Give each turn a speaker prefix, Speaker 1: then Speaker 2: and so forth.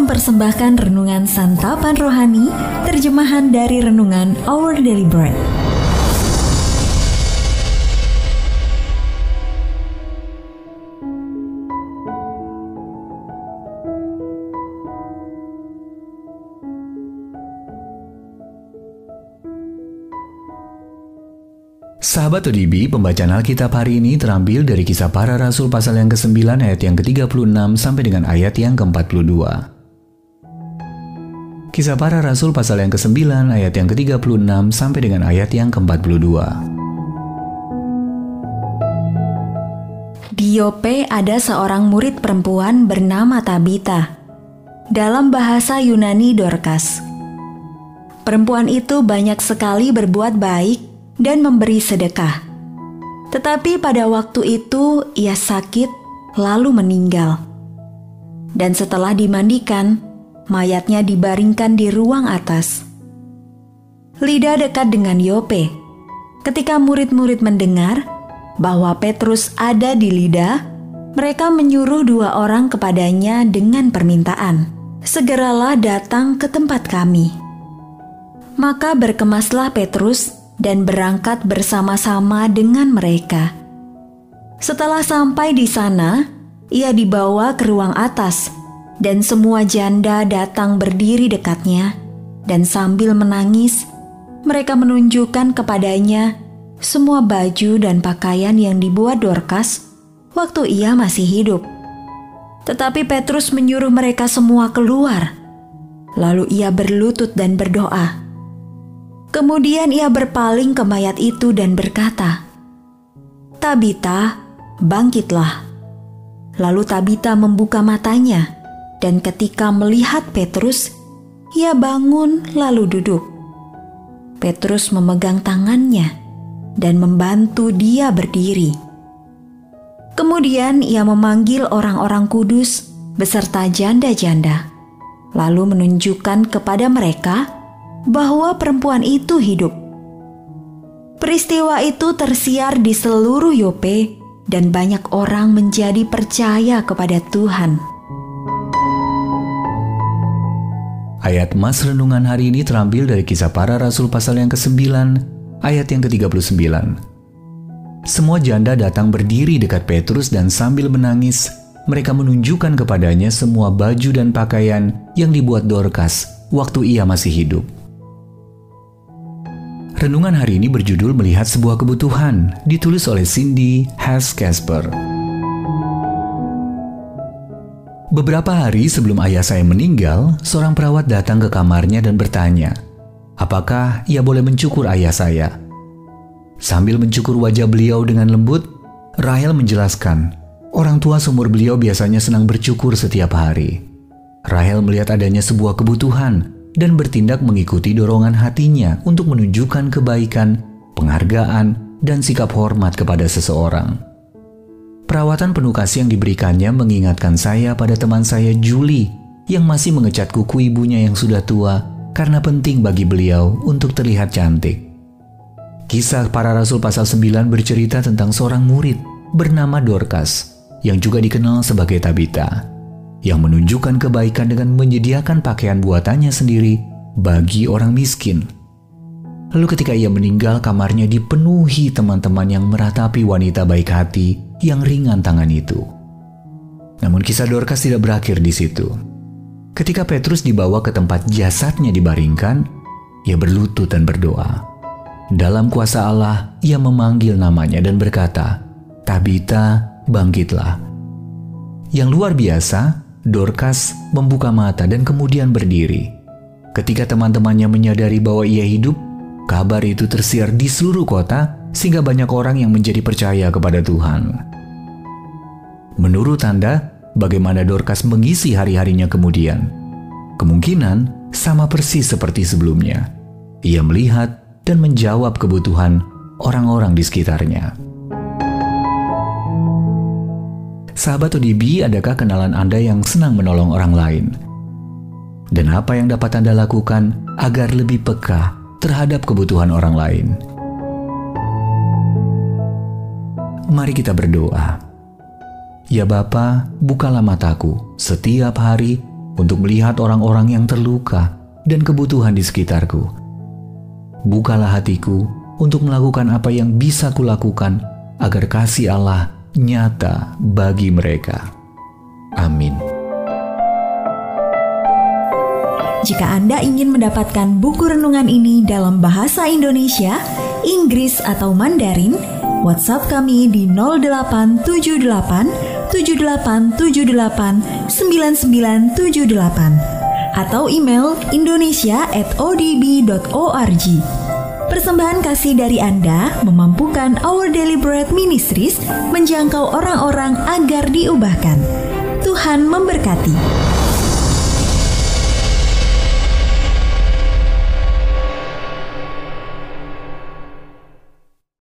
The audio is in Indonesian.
Speaker 1: mempersembahkan renungan santapan rohani, terjemahan dari renungan Our Daily Bread.
Speaker 2: Sahabat ODB, pembacaan Alkitab hari ini terambil dari Kisah Para Rasul pasal yang ke-9 ayat yang ke-36 sampai dengan ayat yang ke-42. Kisah Para Rasul pasal yang ke-9 ayat yang ke-36 sampai dengan ayat yang ke-42.
Speaker 1: Di Yope ada seorang murid perempuan bernama Tabita. Dalam bahasa Yunani Dorcas. Perempuan itu banyak sekali berbuat baik dan memberi sedekah. Tetapi pada waktu itu ia sakit lalu meninggal. Dan setelah dimandikan, mayatnya dibaringkan di ruang atas. Lida dekat dengan Yope. Ketika murid-murid mendengar bahwa Petrus ada di Lida, mereka menyuruh 2 orang kepadanya dengan permintaan, "Segeralah datang ke tempat kami." Maka berkemaslah Petrus dan berangkat bersama-sama dengan mereka. Setelah sampai di sana, ia dibawa ke ruang atas, dan semua janda datang berdiri dekatnya, dan sambil menangis, mereka menunjukkan kepadanya semua baju dan pakaian yang dibuat Dorcas waktu ia masih hidup. Tetapi Petrus menyuruh mereka semua keluar, lalu ia berlutut dan berdoa. Kemudian ia berpaling ke mayat itu dan berkata, "Tabita, bangkitlah." Lalu Tabita membuka matanya, dan ketika melihat Petrus, ia bangun lalu duduk. Petrus memegang tangannya dan membantu dia berdiri. Kemudian ia memanggil orang-orang kudus beserta janda-janda, lalu menunjukkan kepada mereka bahwa perempuan itu hidup. Peristiwa itu tersiar di seluruh Yope dan banyak orang menjadi percaya kepada Tuhan.
Speaker 2: Ayat Mas renungan hari ini terambil dari Kisah Para Rasul pasal yang ke-9 ayat yang ke-39. Semua janda datang berdiri dekat Petrus dan sambil menangis, mereka menunjukkan kepadanya semua baju dan pakaian yang dibuat Dorcas waktu ia masih hidup. Renungan hari ini berjudul Melihat Sebuah Kebutuhan, ditulis oleh Cindy Hess Casper. Beberapa hari sebelum ayah saya meninggal, seorang perawat datang ke kamarnya dan bertanya, apakah ia boleh mencukur ayah saya? Sambil mencukur wajah beliau dengan lembut, Rahel menjelaskan, orang tua seumur beliau biasanya senang bercukur setiap hari. Rahel melihat adanya sebuah kebutuhan dan bertindak mengikuti dorongan hatinya untuk menunjukkan kebaikan, penghargaan, dan sikap hormat kepada seseorang. Perawatan penuh kasih yang diberikannya mengingatkan saya pada teman saya Julie yang masih mengecat kuku ibunya yang sudah tua karena penting bagi beliau untuk terlihat cantik. Kisah Para Rasul pasal 9 bercerita tentang seorang murid bernama Dorcas yang juga dikenal sebagai Tabita, yang menunjukkan kebaikan dengan menyediakan pakaian buatannya sendiri bagi orang miskin. Lalu ketika ia meninggal, kamarnya dipenuhi teman-teman yang meratapi wanita baik hati yang ringan tangan itu. Namun kisah Dorcas tidak berakhir di situ. Ketika Petrus dibawa ke tempat jasadnya dibaringkan, ia berlutut dan berdoa. Dalam kuasa Allah, ia memanggil namanya dan berkata, "Tabita, bangkitlah." Yang luar biasa, Dorcas membuka mata dan kemudian berdiri. Ketika teman-temannya menyadari bahwa ia hidup, kabar itu tersiar di seluruh kota sehingga banyak orang yang menjadi percaya kepada Tuhan. Menurut Anda, bagaimana Dorcas mengisi hari-harinya kemudian? Kemungkinan sama persis seperti sebelumnya. Ia melihat dan menjawab kebutuhan orang-orang di sekitarnya. Sahabat ODB, adakah kenalan Anda yang senang menolong orang lain? Dan apa yang dapat Anda lakukan agar lebih peka terhadap kebutuhan orang lain? Mari kita berdoa. Ya Bapa, bukalah mataku setiap hari untuk melihat orang-orang yang terluka dan kebutuhan di sekitarku. Bukalah hatiku untuk melakukan apa yang bisa kulakukan agar kasih Allah nyata bagi mereka. Amin.
Speaker 1: Jika Anda ingin mendapatkan buku renungan ini dalam bahasa Indonesia, Inggris atau Mandarin, WhatsApp kami di 0878 7878 9978 atau email indonesia@odb.org. Persembahan kasih dari Anda memampukan Our Daily Bread Ministries menjangkau orang-orang agar diubahkan. Tuhan memberkati.